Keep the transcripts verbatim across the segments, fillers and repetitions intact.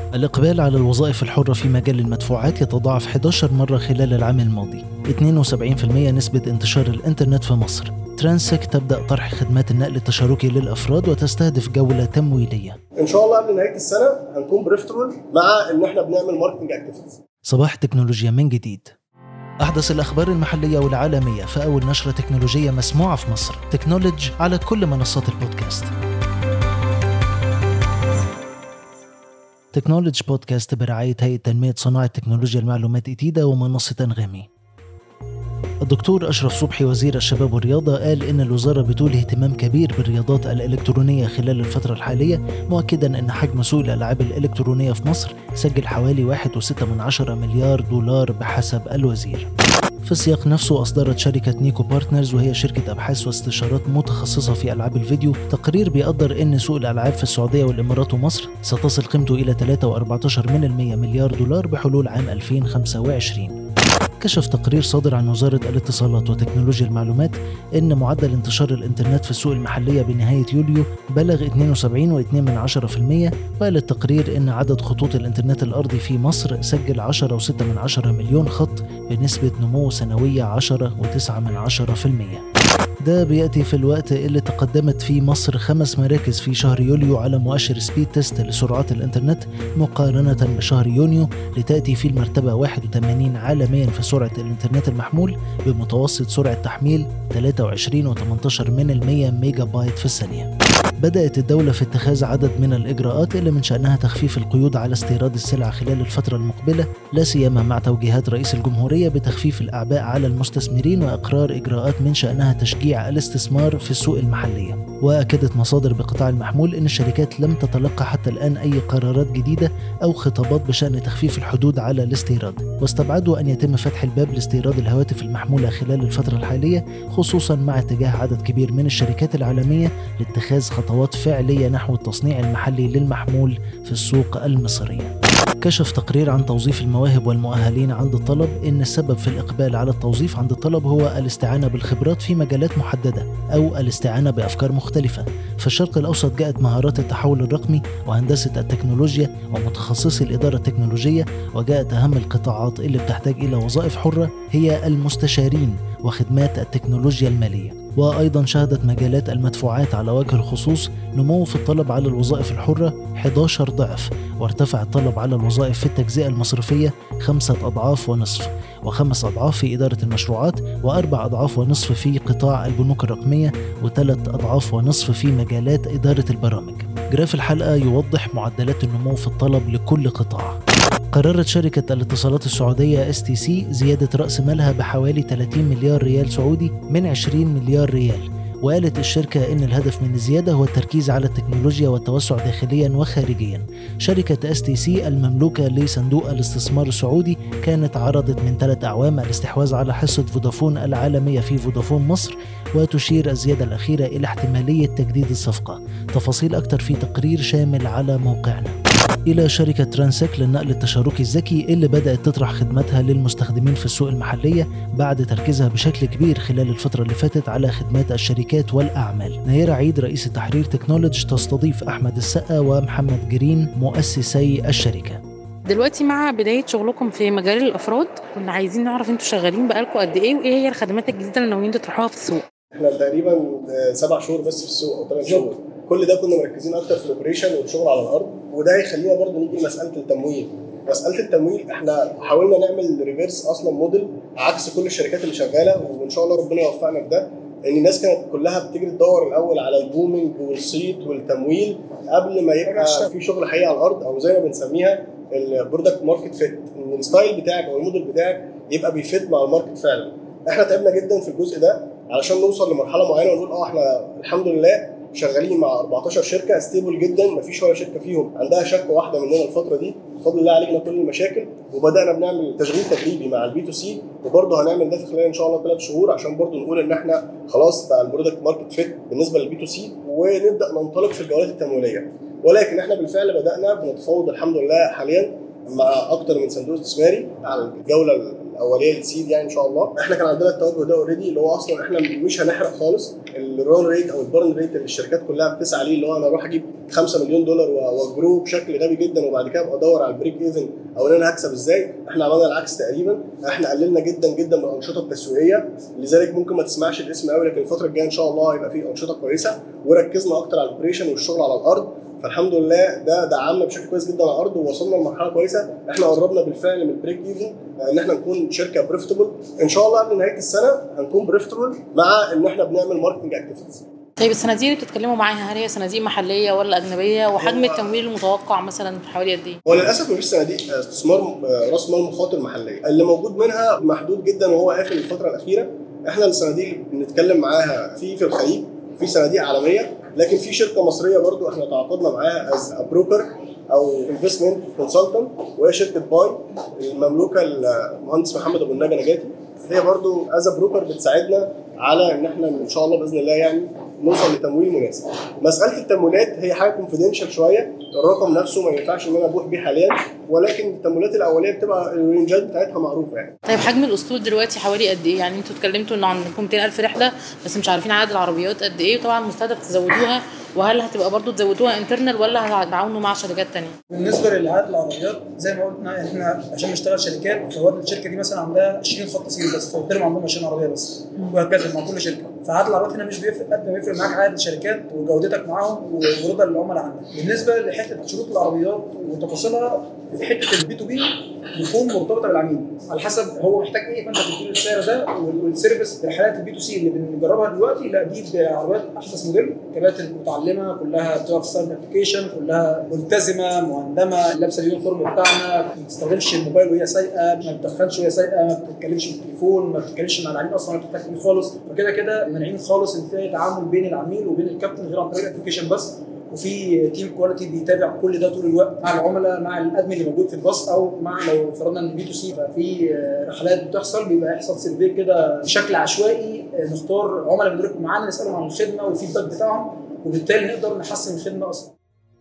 الإقبال على الوظائف الحرة في مجال المدفوعات يتضاعف إحدى عشرة مرة خلال العام الماضي. اثنين وسبعين بالمئة نسبة انتشار الإنترنت في مصر. ترانسك تبدأ طرح خدمات النقل التشاركي للأفراد وتستهدف جولة تمويلية. إن شاء الله قبل نهاية السنة هنكون بريفترول مع إن إحنا بنعمل ماركتنج أكتيفيتيز. صباح تكنولوجيا من جديد. أحدث الأخبار المحلية والعالمية في أول نشرة تكنولوجية مسموعة في مصر. تكنولوج على كل منصات البودكاست. تكنولوج بودكاست برعاية هيئة تنمية صناعة تكنولوجيا المعلومات إتيدا ومنصة أنغامي. الدكتور أشرف صبحي وزير الشباب والرياضة قال إن الوزارة بتولي اهتمام كبير بالرياضات الإلكترونية خلال الفترة الحالية، مؤكدا أن حجم سوق الألعاب الإلكترونية في مصر سجل حوالي واحد فاصلة ستة من عشرة مليار دولار بحسب الوزير. في السياق نفسه أصدرت شركة نيكو بارتنرز، وهي شركة أبحاث واستشارات متخصصة في ألعاب الفيديو، تقرير بيقدر أن سوق الألعاب في السعودية والإمارات ومصر ستصل قيمته إلى ثلاثة فاصلة أربعة عشر مليار دولار بحلول عام ألفين وخمسة وعشرين. كشف تقرير صادر عن وزارة الاتصالات وتكنولوجيا المعلومات إن معدل انتشار الإنترنت في السوق المحلية بنهاية يوليو بلغ اثنين وسبعين فاصلة اثنين من عشرة بالمئة، وقال التقرير إن عدد خطوط الإنترنت الأرضي في مصر سجل عشرة فاصلة ستة من عشرة مليون خط بنسبة نمو سنوية عشرة فاصلة تسعة من عشرة بالمئة. ده بيأتي في الوقت اللي تقدمت فيه مصر خمس مراكز في شهر يوليو على مؤشر سبيد تيست لسرعات الإنترنت مقارنة بشهر يونيو، لتأتي في المرتبة واحد وثمانين عالميا في سرعة الإنترنت المحمول بمتوسط سرعة تحميل ثلاثة وعشرين فاصلة ثمانية عشر ميجا بايت في الثانية. بدأت الدولة في اتخاذ عدد من الإجراءات اللي من شأنها تخفيف القيود على استيراد السلع خلال الفترة المقبلة، لا سيما مع توجيهات رئيس الجمهورية بتخفيف الأعباء على المستثمرين وإقرار إجراءات من شأنها تشجيع الاستثمار في السوق المحلية. وأكدت مصادر بقطاع المحمول إن الشركات لم تتلقى حتى الآن أي قرارات جديدة أو خطابات بشأن تخفيف الحدود على الاستيراد، واستبعدوا أن يتم فتح الباب لاستيراد الهواتف المحمولة خلال الفترة الحالية، خصوصا مع اتجاه عدد كبير من الشركات العالمية لاتخاذ خطوات فعلية نحو التصنيع المحلي للمحمول في السوق المصرية. كشف تقرير عن توظيف المواهب والمؤهلين عند الطلب إن السبب في الإقبال على التوظيف عند الطلب هو الاستعانة بالخبرات في مجالات محددة أو الاستعانة بأفكار مختلفة. في الشرق الأوسط جاءت مهارات التحول الرقمي وهندسة التكنولوجيا ومتخصصي الإدارة التكنولوجية، وجاءت أهم القطاعات اللي بتحتاج إلى وظائف حرة هي المستشارين وخدمات التكنولوجيا المالية. وأيضا شهدت مجالات المدفوعات على وجه الخصوص نمو في الطلب على الوظائف الحرة إحدى عشر ضعف، وارتفع الطلب على الوظائف في التجزئة المصرفية خمسة أضعاف ونصف، وخمس أضعاف في إدارة المشروعات، وأربع أضعاف ونصف في قطاع البنوك الرقمية، وثلاث أضعاف ونصف في مجالات إدارة البرامج. جراف الحلقة يوضح معدلات النمو في الطلب لكل قطاع. قررت شركة الاتصالات السعودية إس تي سي زيادة رأس مالها بحوالي ثلاثين مليار ريال سعودي من عشرين مليار ريال، وقالت الشركة إن الهدف من الزيادة هو التركيز على التكنولوجيا والتوسع داخليا وخارجيا. شركة إس تي سي المملوكة لصندوق الاستثمار السعودي كانت عرضت من ثلاث أعوام الاستحواذ على حصة فودافون العالمية في فودافون مصر، وتشير الزيادة الأخيرة إلى احتمالية تجديد الصفقة. تفاصيل أكتر في تقرير شامل على موقعنا. إلى شركة ترانسك للنقل التشاركي الذكي اللي بدأت تطرح خدماتها للمستخدمين في السوق المحلية بعد تركيزها بشكل كبير خلال الفترة اللي فاتت على خدمات الشركات والأعمال. نيرة عيد رئيس تحرير تكنولوج تستضيف أحمد السقا ومحمد جرين مؤسسي الشركة. دلوقتي مع بداية شغلكم في مجال الأفراد، كنا عايزين نعرف انتوا شغالين بقالكم قد إيه، وإيه هي الخدمات الجديدة اللي ناويين تطرحوها في السوق؟ احنا تقريبا سبع شهور بس في السوق أو ثمان شهور. كل ده كنا مركزين اكتر في الاوبريشن والشغل على الارض، وده هيخلينا برضو نيجي لمساله التمويل. مساله التمويل احنا حاولنا نعمل ريفيرس اصلا موديل عكس كل الشركات اللي شغاله، وان شاء الله ربنا يوفقنا في ده. ان الناس كانت كلها بتجري تدور الاول على البومينج والصيت والتمويل قبل ما يبقى في شغل حقيقي على الارض، او زي ما بنسميها البرودكت ماركت فيت، ان الستايل بتاعك او الموديل بتاعك يبقى بيفيت مع الماركت فعلا. احنا تعبنا جدا في الجزء ده علشان نوصل لمرحله معينه ونقول اه احنا الحمد لله شغالين مع أربعتاشر شركه ستيبل جدا، مفيش ولا شركه فيهم عندها شكوى واحده مننا الفتره دي بفضل الله. علينا كل المشاكل، وبدانا بنعمل تشغيل تدريبي مع البي تو سي، وبرضه هنعمل ده في خلال ان شاء الله ثلاث شهور عشان برضه نقول ان احنا خلاص بقى البرودكت ماركت فيت بالنسبه للبي تو سي، ونبدا ننطلق في الجولات التمويليه. ولكن احنا بالفعل بدانا بنتفاوض الحمد لله حاليا مع اكتر من صندوق استثماري على الجوله اوليه للسيد يعني ان شاء الله. احنا كان عندنا التوجه ده اوريدي، اللي هو اصلا احنا مش هنحرق خالص الرون ريت او البرن ريت اللي الشركات كلها بتسعى ليه، اللي هو انا اروح اجيب خمسة مليون دولار واجرو بشكل غبي جدا وبعد كده ابقى ادور على البريك ايفن او ان انا هكسب ازاي. احنا عملنا العكس تقريبا، احنا قللنا جدا جدا من الانشطه التسويقيه، لذلك ممكن ما تسمعش الاسم قوي، لكن الفتره الجايه ان شاء الله هيبقى في انشطه كويسه، وركزنا اكتر على الاوبريشن والشغل على الارض. فالحمد لله ده دعمنا بشكل كويس جدا على الارض ووصلنا لمرحله كويسه. احنا قربنا بالفعل من البريك ايفن، ان احنا نكون شركه بريفتبل ان شاء الله قبل نهايه السنه، هنكون بريفتبل مع ان احنا بنعمل ماركتنج اكتيفيتيز. طيب الصناديق اللي بتتكلموا معاها هل هي صناديق محليه ولا اجنبيه؟ وحجم التمويل المتوقع مثلا حوالي قد ايه؟ هو للاسف مفيش صناديق استثمار راس مال مخاطر محليه، اللي موجود منها محدود جدا وهو قافل الفتره الاخيره. احنا الصناديق اللي بنتكلم معاها في في الخليج، في صناديق عالميه، لكن في شركه مصريه برضو احنا تعاقدنا معاها از بروكر او انفستمنت كونسلتنت، وهي شركه باي المملوكه المهندس محمد ابو النجا نجاتي. هي برضو از بروكر بتساعدنا على ان احنا ان شاء الله باذن الله يعني نوصل لتمويل مناسب. مساله التمويلات هي حاجه كونفيدنشال شويه، الرقم نفسه ما ينفعش ان انا ابوح بيه حاليا، ولكن التمويلات الاوليه بتبقى الرينجات بتاعتها معروفه يعني. طيب حجم الاسطول دلوقتي حوالي قد ايه؟ يعني انتوا اتكلمتوا ان عندكم مئتين ألف رحله بس مش عارفين عدد العربيات قد ايه، وطبعا مستهدف تزودوها، وهل هتبقى برضو تزودوها انترنال ولا هتتعاونوا مع شركات ثانيه؟ بالنسبه لعدد العربيات زي ما قلنا احنا عشان نشتغل شركات، فوارد الشركه دي مثلا عندها عشرين خط سير بس، فبالتالي عندهم عشرين عربيه بس، وهكذا مع كل شركه. فعدد العربيات هنا مش بيفرق قد ما بيفرق معاك عدد الشركات وجودتك معاهم ورضا العملاء عنك. بالنسبه لحته شروط العربيات وتفاصيلها في حته البي تو بي بيكون مرتبطه بالعميل على حسب هو محتاج ايه، فانت بتديله السعر ده. والسيرفيس الحالات البي تو سي اللي بنجربها دلوقتي لا دي بعربيات احدث موديل، كباتن متعلمه كلها بتبقى في ستاند ابلكيشن، كلها ملتزمه مهندمه، لابسه اليونيفورم بتاعنا، ما بتستخدمش الموبايل وهي سايقه، ما بتدخلش وهي سايقه، ما بتتكلمش بالتليفون، ما بتتكلمش مع العميل اصلا، ما بتتكلم خالص. فكده كده مانعين خالص ان في تعامل بين العميل وبين الكابتن غير عن طريق الابلكيشن بس. وفي تيم كواليتي بيتابع كل ده طول الوقت مع العملاء، مع الادمن اللي موجود في الباص، او مع لو فرضنا ان بي تو سي ففي رحلات بتحصل بيبقى يحصل سيرفي كده بشكل عشوائي، نختار عملاء بيدركوا معانا نسالهم عن الخدمه والفيدباك بتاعهم، وبالتالي نقدر نحسن الخدمه اصلا.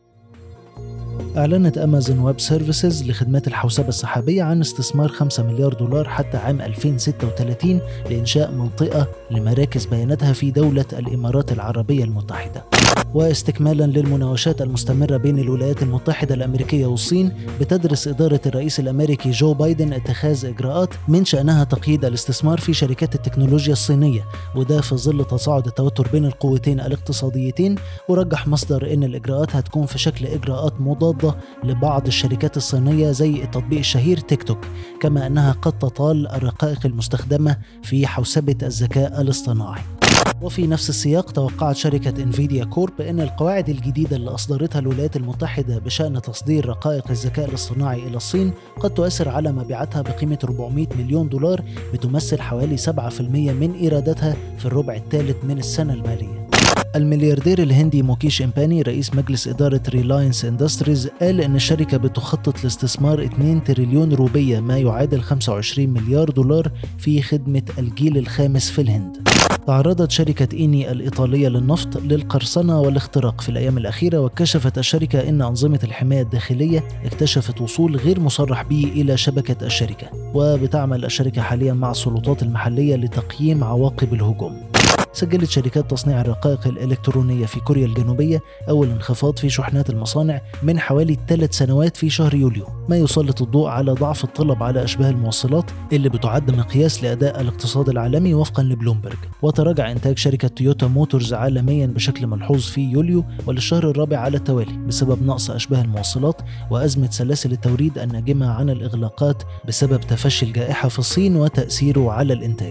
أعلنت أمازون ويب سيرفيسز لخدمات الحوسبة السحابية عن استثمار خمسة مليار دولار حتى عام ألفين وستة وثلاثين لإنشاء منطقة لمراكز بياناتها في دولة الإمارات العربية المتحدة. واستكمالا للمناوشات المستمرة بين الولايات المتحدة الأمريكية والصين، بتدرس إدارة الرئيس الأمريكي جو بايدن اتخاذ إجراءات من شأنها تقييد الاستثمار في شركات التكنولوجيا الصينية، وده في ظل تصاعد التوتر بين القوتين الاقتصاديتين. ورجح مصدر إن الإجراءات هتكون في شكل إجراءات مضادة لبعض الشركات الصينية زي التطبيق الشهير تيك توك، كما أنها قد تطال الرقائق المستخدمة في حوسبة الذكاء الاصطناعي. وفي نفس السياق توقعت شركة انفيديا كورب أن القواعد الجديدة اللي أصدرتها الولايات المتحدة بشأن تصدير رقائق الذكاء الاصطناعي إلى الصين قد تؤثر على مبيعاتها بقيمة أربعمائة مليون دولار، بتمثل حوالي سبعة بالمئة من إيراداتها في الربع الثالث من السنة المالية. الملياردير الهندي موكيش امباني رئيس مجلس إدارة ريلاينس اندستريز قال إن الشركة بتخطط لاستثمار اثنين تريليون روبية ما يعادل خمسة وعشرين مليار دولار في خدمة الجيل الخامس في الهند. تعرضت شركة إيني الإيطالية للنفط للقرصنة والاختراق في الأيام الأخيرة، وكشفت الشركة أن أنظمة الحماية الداخلية اكتشفت وصول غير مصرح به إلى شبكة الشركة، وبتعمل الشركة حاليا مع السلطات المحلية لتقييم عواقب الهجوم. سجلت شركات تصنيع الرقائق الإلكترونية في كوريا الجنوبية أول انخفاض في شحنات المصانع من حوالي ثلاث سنوات في شهر يوليو، ما يسلط الضوء على ضعف الطلب على أشباه الموصلات اللي بتعد مقياس لأداء الاقتصاد العالمي وفقا لبلومبرج. وتراجع إنتاج شركة تويوتا موتورز عالميا بشكل ملحوظ في يوليو وللشهر الرابع على التوالي بسبب نقص أشباه الموصلات وأزمة سلاسل التوريد الناجمة عن الإغلاقات بسبب تفشي الجائحة في الصين وتأثيره على الإنتاج.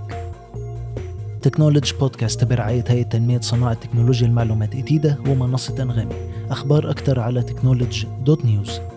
تكنولوجي بودكاست برعاية هيئة تنمية صناعة تكنولوجيا المعلومات إتيدا ومنصة أنغامي. أخبار أكتر على تكنولوجي دوت نيوز.